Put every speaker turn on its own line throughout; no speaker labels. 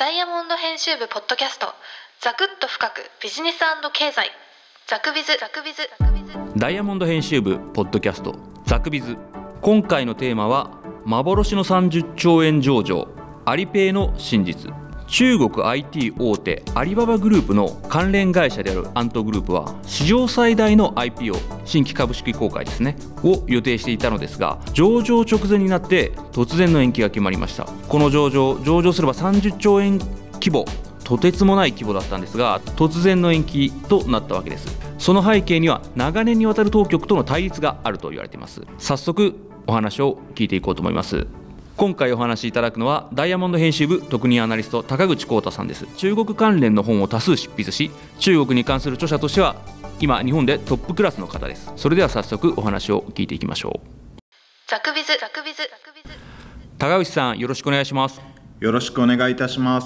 ダイヤモンド編集部ポッドキャスト、ザクッと深くビジネス&経済、ザクビズ。
ダイヤモンド編集部ポッドキャスト、ザクビズ。今回のテーマは幻の30兆円上場、アリペイの真実。中国 IT 大手アリババグループの関連会社であるアントグループは、史上最大の IPO 新規株式公開ですねを予定していたのですが、上場直前になって突然の延期が決まりました。この上場すれば30兆円規模、とてつもない規模だったんですが、突然の延期となったわけです。その背景には長年にわたる当局との対立があると言われています。早速お話を聞いていこうと思います。今回お話しいただくのはダイヤモンド編集部特任アナリスト高口浩太さんです。中国関連の本を多数執筆し、中国に関する著者としては今日本でトップクラスの方です。それでは早速お話を聞いていきましょう。
ザクビズ。
高口さん、よろしくお願いします。
よろしくお願いいたします。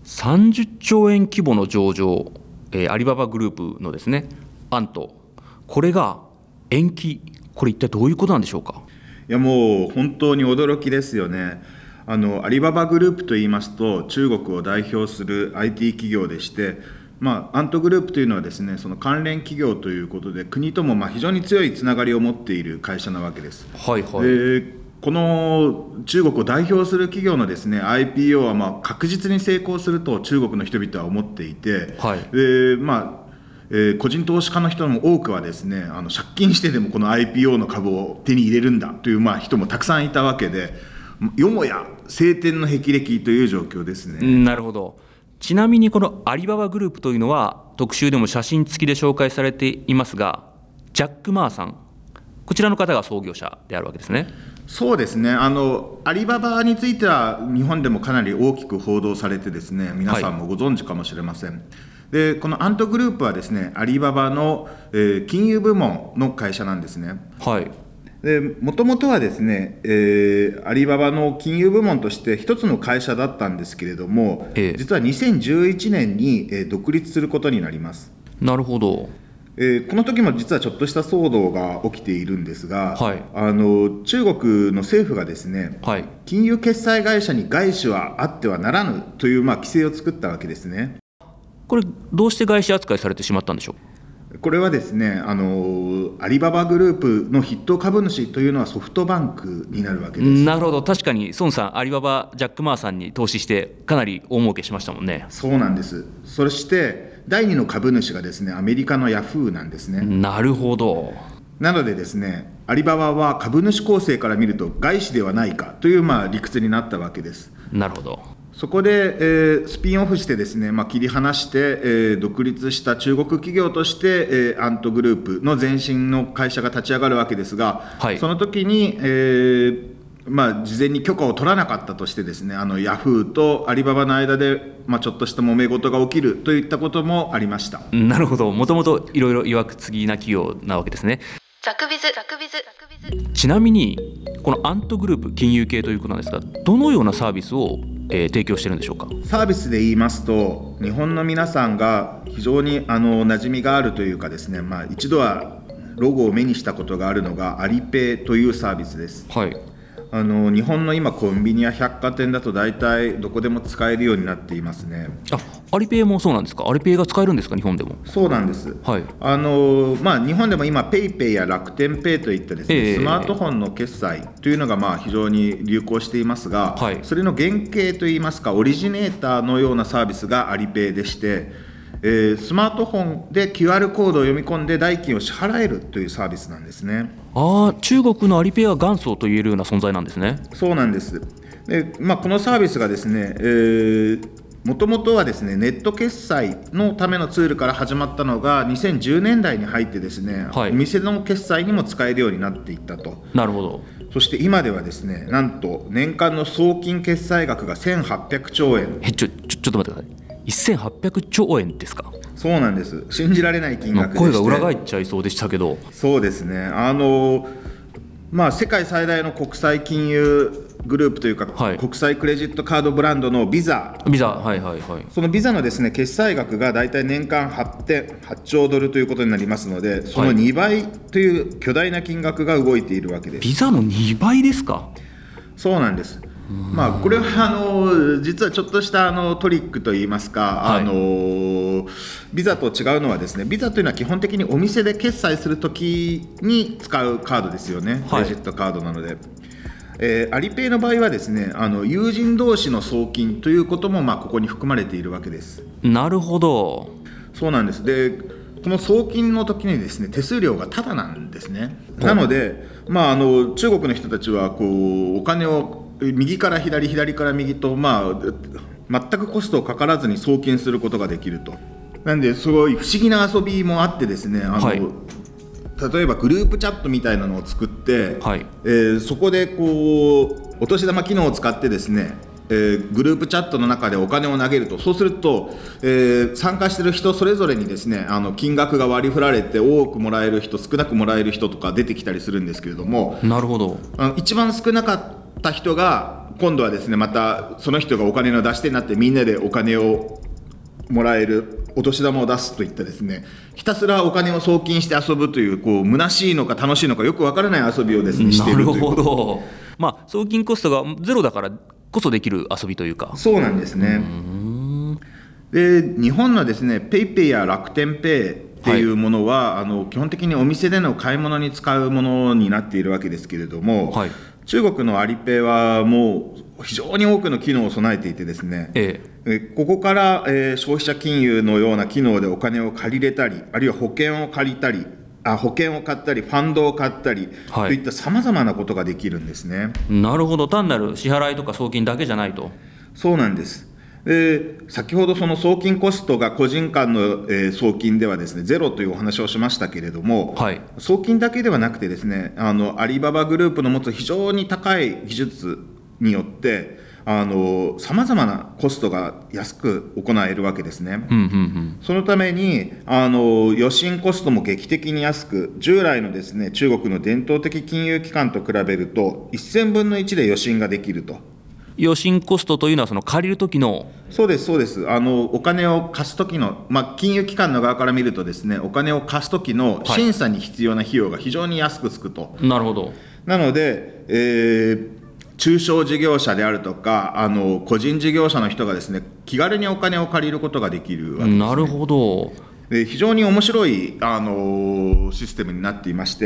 30兆円規模の上場、アリババグループのですね、アント、これが延期、これ一体どういうことなんでしょうか。
いや、もう本当に驚きですよね。アリババグループといいますと、中国を代表する IT 企業でして、アントグループというのはですね、その関連企業ということで、国とも非常に強いつながりを持っている会社なわけです。
はいはい。
この中国を代表する企業のですね IPO は確実に成功すると中国の人々は思っていて、
はい。
個人投資家の人も多くはですね、借金してでもこの IPO の株を手に入れるんだという人もたくさんいたわけで、よもや青天の霹靂という状況ですね。
なるほど。ちなみにこのアリババグループというのは特集でも写真付きで紹介されていますが、ジャック・マーさん、こちらの方が創業者であるわけですね。
そうですね。アリババについては日本でもかなり大きく報道されてですね、皆さんもご存知かもしれません。でこのアントグループはですね、アリババの、金融部門の会社なんですね。
はい。
でもともとはですね、アリババの金融部門として一つの会社だったんですけれども、実は2011年に、独立することになります。
なるほど。
この時も実はちょっとした騒動が起きているんですが、
はい、
中国の政府がですね、
はい、
金融決済会社に外資はあってはならぬという規制を作ったわけですね。
これどうして外資扱いされてしまったんでしょう。
これはですね、アリババグループの筆頭株主というのはソフトバンクになるわけです。
なるほど。確かに孫さん、アリババジャック・マーさんに投資してかなり大儲けしましたもんね。
そうなんです。そして第2の株主がですね、アメリカのヤフーなんですね。
なるほど。
なのでですね、アリババは株主構成から見ると外資ではないかという理屈になったわけです。
なるほど。
そこで、スピンオフしてですね、切り離して、独立した中国企業として、アントグループの前身の会社が立ち上がるわけですが、
はい、
その時に、事前に許可を取らなかったとしてですね、ヤフーとアリババの間で、ちょっとした揉め事が起きるといったこともありました。
なるほど。もともといろいろいわくつきな企業なわけですね。
ザクビズ。
ちなみにこのアントグループ、金融系ということなんですが、どのようなサービスを提供しているんでしょうか。
サービスで言いますと、日本の皆さんが非常に馴染みがあるというかですね、一度はロゴを目にしたことがあるのがアリペイというサービスです。
はい。
日本の今コンビニや百貨店だと大体どこでも使えるようになっていますね。
アリペイもそうなんですか。アリペイが使えるんですか、日本でも。
そうなんです。
はい。
日本でも今ペイペイや楽天ペイといったですね、スマートフォンの決済というのが非常に流行していますが、
はい、
それの原型といいますかオリジネーターのようなサービスがアリペイでして、スマートフォンで QR コードを読み込んで代金を支払えるというサービスなんですね。
中国のアリペイは元祖といえるような存在なんですね。
そうなんです。で、このサービスがですね、もともとはですね、ネット決済のためのツールから始まったのが2010年代に入ってですね、
はい、
お店の決済にも使えるようになっていったと。
なるほど。
そして今ではですね、なんと年間の送金決済額が1800兆円。
ちょっと待ってください。1800兆円ですか。
そうなんです。信じられない金額でして、
声が裏返っちゃいそうでしたけど。
そうですね。世界最大の国際金融グループというか、
はい、
国際クレジットカードブランドのビザ、
はいはいはい。
そのビザのですね、決済額がだいたい年間8兆ドルということになりますので、その2倍という巨大な金額が動いているわけです。
ビザの2倍ですか。
そうなんです。 これは実はちょっとしたトリックといいますか、ビザと違うのはですね、ビザというのは基本的にお店で決済するときに使うカードですよね、クレジットカードなので。アリペイの場合はですね、友人同士の送金ということもここに含まれているわけです。
なるほど。
そうなんです。でこの送金の時にですね、手数料がタダなんですね。なので、中国の人たちはお金を右から左、左から右と、全くコストをかからずに送金することができると。なんですごい不思議な遊びもあってですね、例えばグループチャットみたいなのを作って、そこでお年玉機能を使ってですね、グループチャットの中でお金を投げると、そうすると、参加している人それぞれにですね、金額が割り振られて、多くもらえる人、少なくもらえる人とか出てきたりするんですけれども、
なるほど。
一番少なかった人が今度はですね、またその人がお金の出し手になって、みんなでお金をもらえる、お年玉を出すといったですね、ひたすらお金を送金して遊ぶという、虚しいのか楽しいのかよくわからない遊びをですね、しているという。
なるほど。送金コストがゼロだからこそできる遊びというか。
そうなんですね。で日本のですね、ペイペイや楽天ペイっていうものは、基本的にお店での買い物に使うものになっているわけですけれども、中国のアリペイはもう非常に多くの機能を備えていてですね、ここから、消費者金融のような機能でお金を借りれたり、あるいは保険を借りたり、保険を買ったりファンドを買ったり、といったさまざまなことができるんですね。
なるほど。単なる支払いとか送金だけじゃないと。
そうなんです。先ほどその送金コストが個人間の、送金ではですねゼロというお話をしましたけれども、送金だけではなくてですね、アリババグループの持つ非常に高い技術によってさまざまなコストが安く行えるわけですね。そのために予診コストも劇的に安く、従来のですね中国の伝統的金融機関と比べると1000分の1で予診ができると。
予診コストというのはその借りる時の。
そうですそうです。お金を貸す時の、金融機関の側から見るとですね、お金を貸す時の審査に必要な費用が非常に安くつくと。
なるほど。
なので、中小事業者であるとか個人事業者の人がですね気軽にお金を借りることができるわけですね。
なるほど。
非常に面白いシステムになっていまして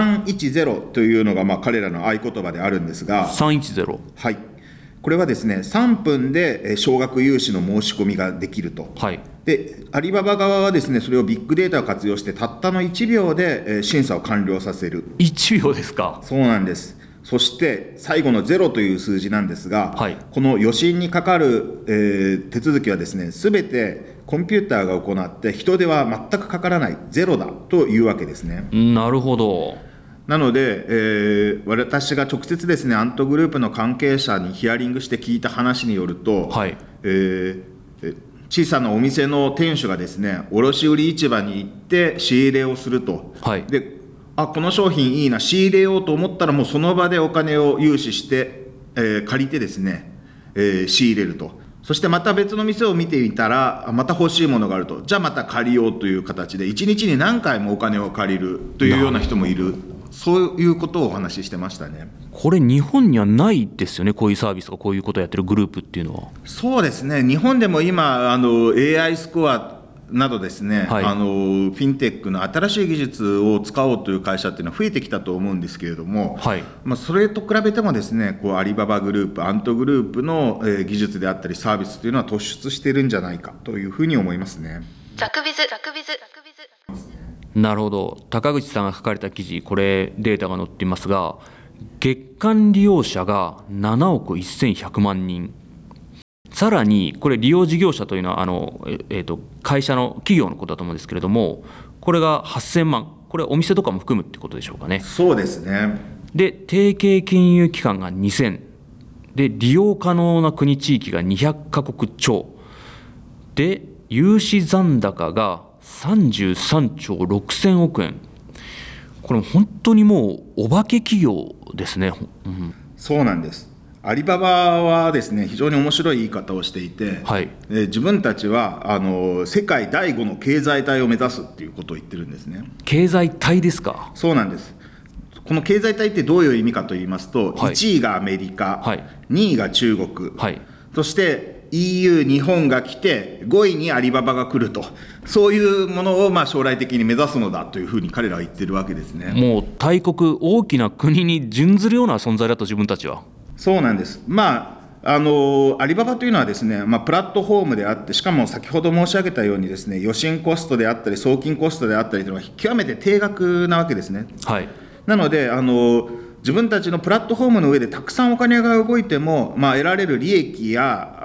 、310というのが彼らの合言葉であるんですが、
310、
これはですね3分で少額融資の申し込みができると。でアリババ側はですねそれをビッグデータを活用してたったの1秒で審査を完了させる。
1秒ですか。
そうなんです。そして最後の0という数字なんですが、この予診にかかる、手続きはですね全てコンピューターが行って人手は全くかからない、ゼロだというわけですね。
なるほど。
なので、私が直接ですねアントグループの関係者にヒアリングして聞いた話によると、小さなお店の店主がですね卸売市場に行って仕入れをすると。でこの商品いいな、仕入れようと思ったらもうその場でお金を融資して、借りてですね、仕入れると。そしてまた別の店を見てみたらまた欲しいものがあると、じゃあまた借りようという形で1日に何回もお金を借りるというような人もいる、そういうことをお話ししてましたね。
これ日本にはないですよね、こういうサービスとかこういうことをやってるグループっていうのは。
そうですね、日本でも今AI スコアなどですね、フィンテックの新しい技術を使おうという会社っていうのは増えてきたと思うんですけれども、それと比べてもですねアリババグループ、アントグループの、技術であったりサービスというのは突出しているんじゃないかというふうに思いますね。
ザクビズ。
なるほど。高口さんが書かれた記事、これデータが載っていますが、月間利用者が7億1100万人、さらにこれ利用事業者というのは会社の企業のことだと思うんですけれども、これが8000万、これお店とかも含むってことでしょうかね。
そうですね。
で提携金融機関が2000で、利用可能な国地域が200カ国超で、融資残高が33兆6000億円。これ本当にもうお化け企業ですね。
そうなんです。アリババはですね非常に面白い言い方をしていて、自分たちは世界第5の経済体を目指すっていうことを言ってるんですね。
経済体ですか。
そうなんです。 この経済体ってどういう意味かと言いますと、
はい、
1位がアメリカ、
はい、
2位が中国、
はい、
そして EU 日本が来て5位にアリババが来ると、そういうものを将来的に目指すのだというふうに彼らは言ってるわけですね。
もう大国、大きな国に準ずるような存在だと、自分たちは。
そうなんです。アリババというのはですね、プラットフォームであって、しかも先ほど申し上げたようにですね、予診コストであったり送金コストであったりというのは極めて低額なわけですね。
はい、
なので自分たちのプラットフォームの上でたくさんお金が動いても、得られる利益や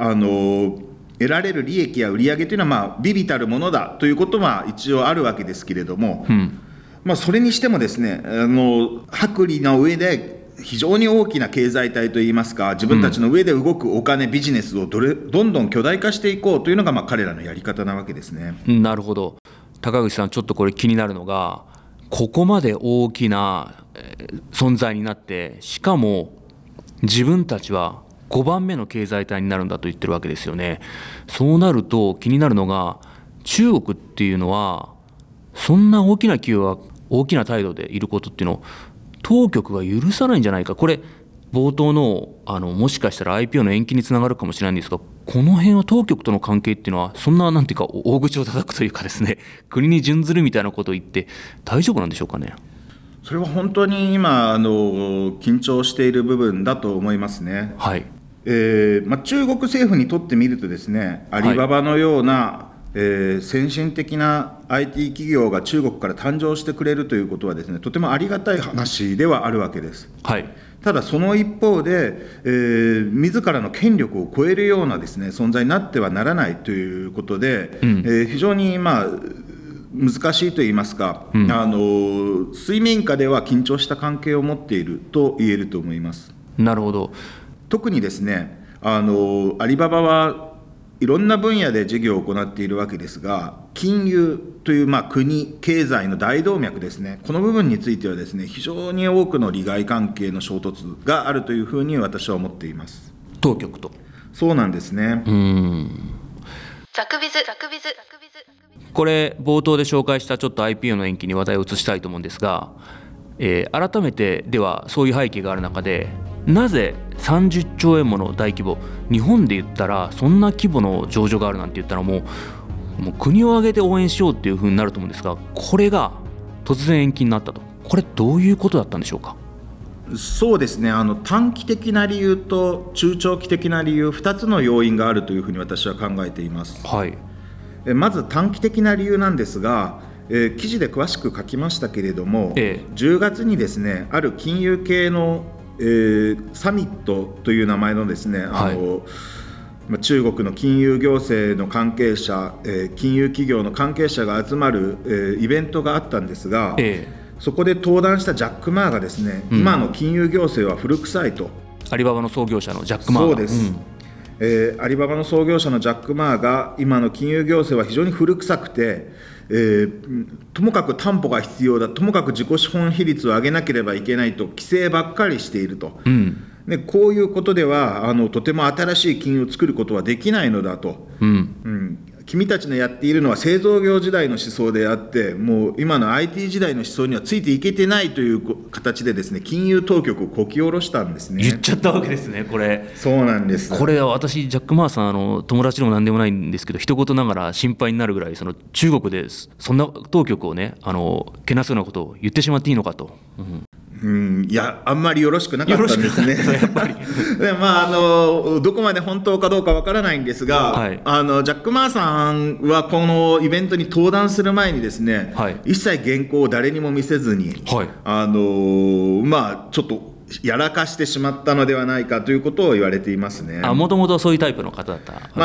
売り上げというのは微々たるものだということは一応あるわけですけれども、それにしてもですね、薄利の上で非常に大きな経済体といいますか、自分たちの上で動くお金、ビジネスをどんどん巨大化していこうというのが彼らのやり方なわけですね。
なるほど。高口さん、ちょっとこれ気になるのが、ここまで大きな存在になって、しかも自分たちは5番目の経済体になるんだと言ってるわけですよね。そうなると気になるのが、中国っていうのはそんな大きな企業が大きな態度でいることっていうのを当局が許さないんじゃないか。これ冒頭のもしかしたら IPO の延期につながるかもしれないんですが、この辺は当局との関係っていうのはそんななんていうか大口を叩くというかですね、国に準ずるみたいなことを言って大丈夫なんでしょうかね。
それは本当に今緊張している部分だと思いますね。
はい。
中国政府にとってみるとですね、アリババのような、先進的な IT 企業が中国から誕生してくれるということはですね、とてもありがたい話ではあるわけです。
はい。
ただその一方で、自らの権力を超えるようなですね存在になってはならないということで、非常に難しいといいますか、水面下では緊張した関係を持っていると言えると思います。
なるほど。
特にですねアリババはいろんな分野で事業を行っているわけですが、金融という国経済の大動脈ですね、この部分についてはですね非常に多くの利害関係の衝突があるというふうに私は思っています。
当局と。
そうなんですね。
ザクビズ。
これ冒頭で紹介したちょっと IPO の延期に話題を移したいと思うんですが、改めてではそういう背景がある中で、なぜ30兆円もの大規模、日本で言ったらそんな規模の上場があるなんて言ったらもう国を挙げて応援しようっていう風になると思うんですが、これが突然延期になったと、これどういうことだったんでしょうか。
そうですね、短期的な理由と中長期的な理由、2つの要因があるというふうに私は考えています。
はい。ま
ず短期的な理由なんですが、記事で詳しく書きましたけれども、10月にですねある金融系の、サミットという名前のですね、中国の金融行政の関係者、金融企業の関係者が集まる、イベントがあったんですが、そこで登壇したジャック・マーがですね、今の金融行政は古臭いと。
アリババの創業者のジャック・マーが。
そうです、アリババの創業者のジャック・マーが今の金融行政は非常に古臭くて、ともかく担保が必要だ、ともかく自己資本比率を上げなければいけないと規制ばっかりしていると、でこういうことではとても新しい金融を作ることはできないのだと、君たちのやっているのは製造業時代の思想であって、もう今の IT 時代の思想にはついていけてないという形でですね、金融当局をこき下ろしたんですね。
言っちゃったわけですね、これ。
そうなんです。
これは私ジャック・マーさん友達でも何でもないんですけど、一言ながら心配になるぐらい、中国でそんな当局をねけなすようなことを言ってしまっていいのかと。
いや、あんまりよろしくなかったんですね。
やっぱり
でどこまで本当かどうかわからないんですが、ジャック・マーさんはこのイベントに登壇する前にですね、一切原稿を誰にも見せずに、ちょっとやらかしてしまったのではないかということを言われていますね。
もともとそういうタイプの方だった。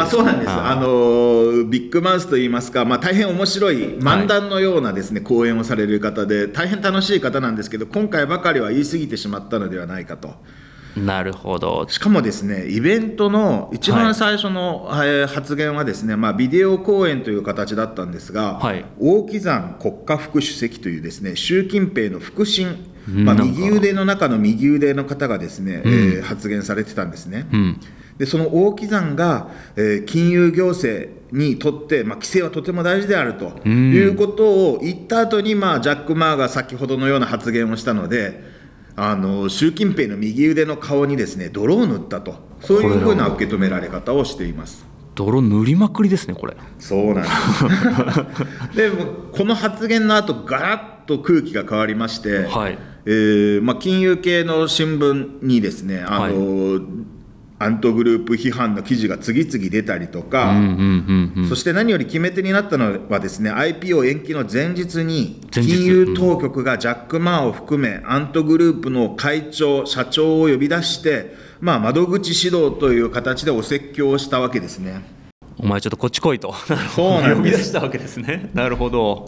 そうなんです。ビッグマウスといいますか、大変面白い漫談のようなですね、講演をされる方で大変楽しい方なんですけど、今回ばかりは言い過ぎてしまったのではないかと。
なるほど。
しかもですね、イベントの一番最初の、発言はですね、ビデオ講演という形だったんですが、王岐山国家副主席というですね、習近平の腹心、右腕の中の右腕の方がですね、発言されてたんですね。でその王岐山が、金融行政にとって、規制はとても大事であるということを言った後に、ジャック・マーが先ほどのような発言をしたので、 習近平の右腕の顔にですね泥を塗ったと、そういうふうな受け止められ方をしています。
泥塗りまくりですねこれ。
そうなんですでもこの発言の後ガラッと空気が変わりまして、
はい、
金融系の新聞にですねアントグループ批判の記事が次々出たりとか、そして何より決め手になったのはですね IPO 延期の前日に金融当局がジャック・マーを含めアントグループの会長社長を呼び出して、窓口指導という形でお説教をしたわけですね。
お前ちょっとこっち来いと
そうなんです
呼び出したわけですね。なるほど。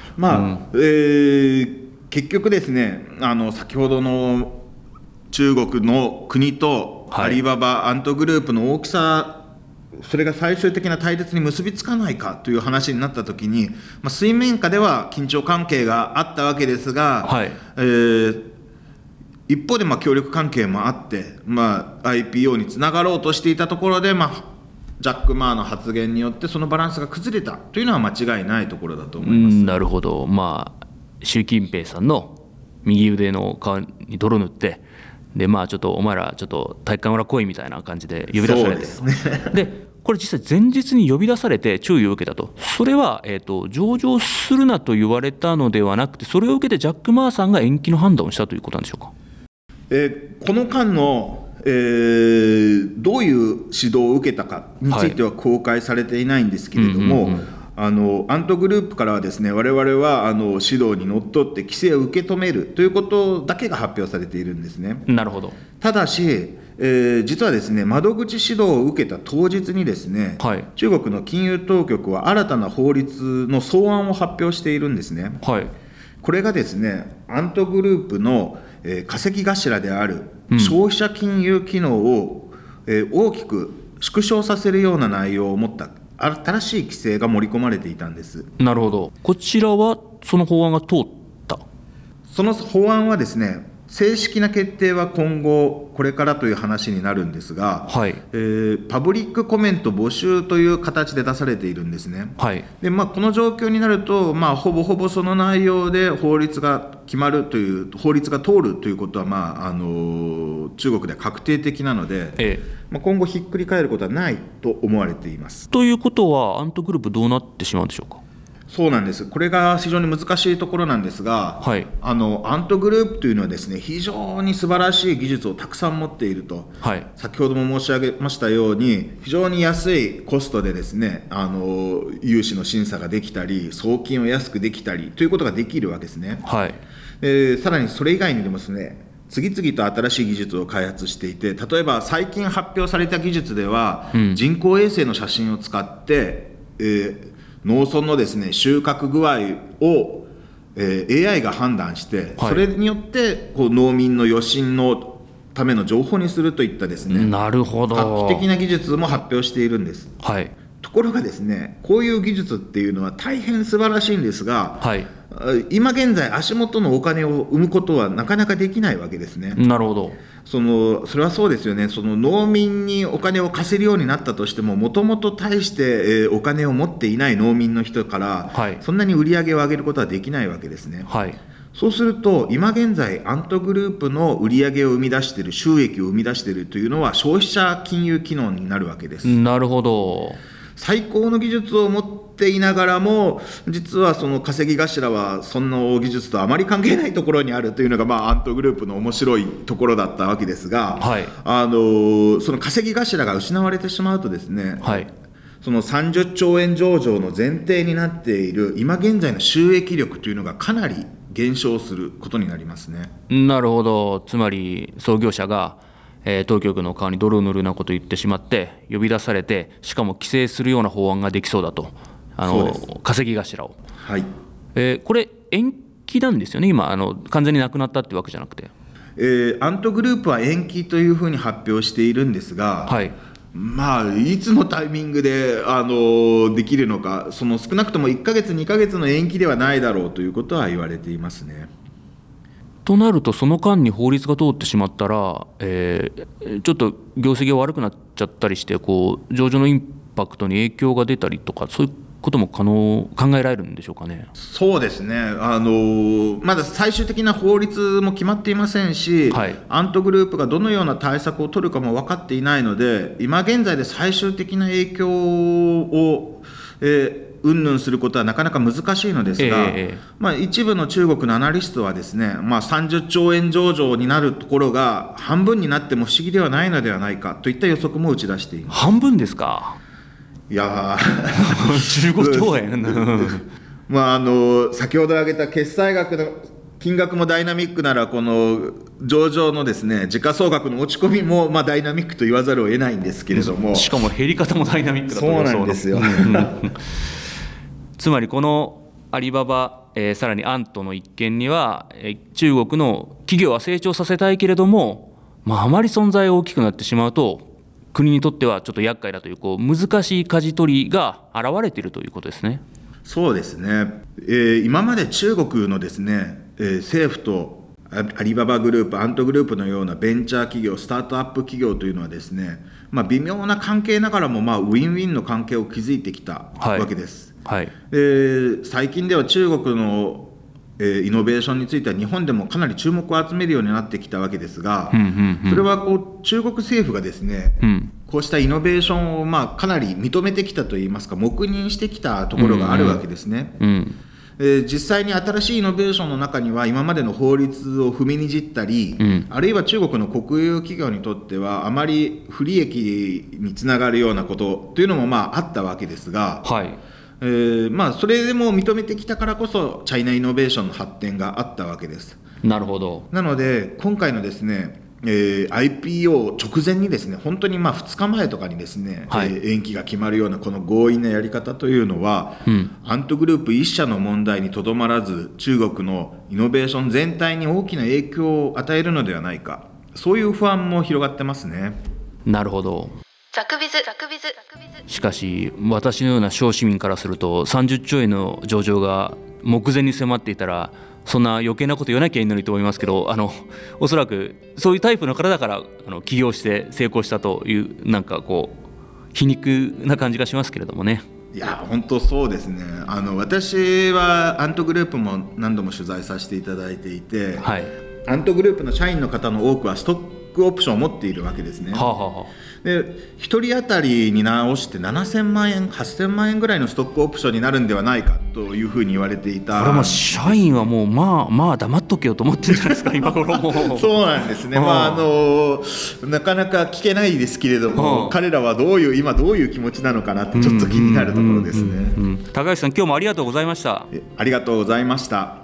結局ですね先ほどの中国の国とアリババ、アントグループの大きさ、それが最終的な対立に結びつかないかという話になったときに、水面下では緊張関係があったわけですが、一方で協力関係もあって、IPO につながろうとしていたところで、ジャック・マーの発言によってそのバランスが崩れたというのは間違いないところだと思います。
なるほど。習近平さんの右腕の顔に泥塗ってでちょっとお前らちょっと体育館裏来いみたいな感じで呼び出されて、でこれ実際前日に呼び出されて注意を受けたと。それは、上場するなと言われたのではなくて、それを受けてジャック・マーさんが延期の判断をしたということなんでしょうか。
この間の、どういう指導を受けたかについては公開されていないんですけれども、アントグループからはですね我々は指導にのっとって規制を受け止めるということだけが発表されているんですね。
なるほど。
ただし、実はですね窓口指導を受けた当日にですね、中国の金融当局は新たな法律の草案を発表しているんですね。これがですねアントグループの稼ぎ頭である消費者金融機能を大きく縮小させるような内容を持った新しい規制が盛り込まれていたんです。
なるほど。こちらはその法案が通った。
その法案はですね正式な決定は今後これからという話になるんですが、パブリックコメント募集という形で出されているんですね。でこの状況になると、ほぼほぼその内容で法律が決まるという法律が通るということは、中国では確定的なので、今後ひっくり返ることはないと思われています。
ということはアントグループどうなってしまうんでしょうか。
そうなんです。これが非常に難しいところなんですが、アントグループというのはですね非常に素晴らしい技術をたくさん持っていると、先ほども申し上げましたように非常に安いコストでですね融資の審査ができたり送金を安くできたりということができるわけですね。さらにそれ以外にでもですね次々と新しい技術を開発していて、例えば最近発表された技術では、人工衛星の写真を使って、農村のですね収穫具合を、AI が判断して、それによって農民の予診のための情報にするといったですね
なるほど
画期的な技術も発表しているんです。ところがですねこういう技術っていうのは大変素晴らしいんですが、今現在足元のお金を生むことはなかなかできないわけですね。
なるほど。
それはそうですよね。その農民にお金を貸せるようになったとしても、もともと大して、お金を持っていない農民の人から、そんなに売り上げを上げることはできないわけですね。そうすると今現在アントグループの売り上げを生み出している収益を生み出しているというのは消費者金融機能になるわけです。
なるほど。
最高の技術を持っていながらも実はその稼ぎ頭はその技術とあまり関係ないところにあるというのが、アントグループの面白いところだったわけですが、その稼ぎ頭が失われてしまうとですね、その30兆円上場の前提になっている今現在の収益力というのがかなり減少することになりますね。
なるほど。つまり創業者が当局の顔に泥を塗るようなことを言ってしまって呼び出されて、しかも規制するような法案ができそうだと、稼ぎ頭を、これ延期なんですよね今完全になくなったってわけじゃなくて、
アントグループは延期というふうに発表しているんですが、いつのタイミングでできるのか、少なくとも1ヶ月2ヶ月の延期ではないだろうということは言われていますね。
となるとその間に法律が通ってしまったら、ちょっと業績が悪くなっちゃったりして上場のインパクトに影響が出たりとかそういうことも考えられるんでしょうかね。
そうですね、まだ最終的な法律も決まっていませんし、
はい、
アントグループがどのような対策を取るかも分かっていないので、今現在で最終的な影響を云々することはなかなか難しいのですが、一部の中国のアナリストはですね、30兆円上場になるところが半分になっても不思議ではないのではないかといった予測も打ち出しています。
半分ですか。
いや
15兆円
先ほど挙げた決済額の金額もダイナミックなら、この上場のですね時価総額の落ち込みもダイナミックと言わざるを得ないんですけれども、
しかも減り方もダイナミックだと
そうなんですよ
つまりこのアリババ、さらにアントの一件には、中国の企業は成長させたいけれども、あまり存在が大きくなってしまうと国にとってはちょっと厄介だという、難しい舵取りが現れているということですね。
そうですね、今まで中国のですね、政府とアリババグループ、アントグループのようなベンチャー企業、スタートアップ企業というのはですね、微妙な関係ながらもウィンウィンの関係を築いてきたわけです、
はいはい、
最近では中国のイノベーションについては日本でもかなり注目を集めるようになってきたわけですが、それは中国政府がですね、こうしたイノベーションをかなり認めてきたといいますか、黙認してきたところがあるわけですね。実際に新しいイノベーションの中には今までの法律を踏みにじったり、あるいは中国の国有企業にとってはあまり不利益につながるようなことというのもあったわけですが、はい、それでも認めてきたからこそチャイナイノベーションの発展があったわけです。
なるほど。
なので今回のですね、IPO 直前にですね、本当に2日前とかにですね、はい、延期が決まるようなこの強引なやり方というのは、アントグループ一社の問題にとどまらず中国のイノベーション全体に大きな影響を与えるのではないか、そういう不安も広がってますね。
なるほど。
ザクビズ。
しかし私のような小市民からすると30兆円の上場が目前に迫っていたら、そんな余計なこと言わなきゃいいのにと思いますけど、おそらくそういうタイプの方だから起業して成功したという、皮肉な感じがしますけれどもね。
いや本当そうですね。私はアントグループも何度も取材させていただいていて、はい、アントグループの社員の方の多くはストックオプションを持っているわけですね。で1人当たりに直して7000万円8000万円ぐらいのストックオプションになるんではないかというふうに言われていた。
これも社員はもう黙っとけよと思ってるんじゃないですか今頃も
そうなんですね。なかなか聞けないですけれども、彼らは今どういう気持ちなのかなってちょっと気になるところですね。
高橋さん、今日もありがとうございました。
ありがとうございました。